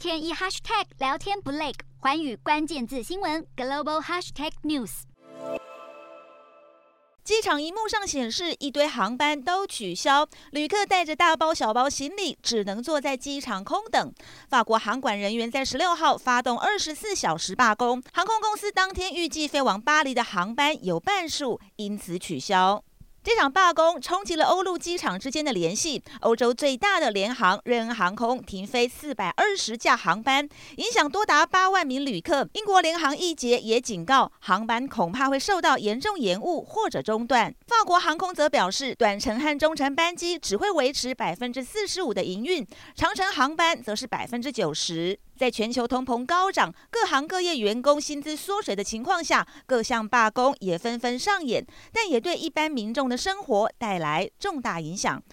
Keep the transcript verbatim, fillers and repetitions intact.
天一 hashtag 聊天不累，寰宇关键字新闻 global hashtag news。 机场荧幕上显示，一堆航班都取消，旅客带着大包小包行李，只能坐在机场空等。法国航管人员在十六号发动二十四小时罢工，航空公司当天预计飞往巴黎的航班有半数因此取消。这场罢工冲击了欧陆机场之间的联系，欧洲最大的联航瑞恩航空停飞四百二十架航班，影响多达八万名旅客。英国联航一节也警告，航班恐怕会受到严重延误或者中断。法国航空则表示，短程和中程班机只会维持百分之四十五的营运，长程航班则是百分之九十。在全球通膨高涨、各行各业员工薪资缩水的情况下，各项罢工也纷纷上演，但也对一般民众的生活带来重大影响。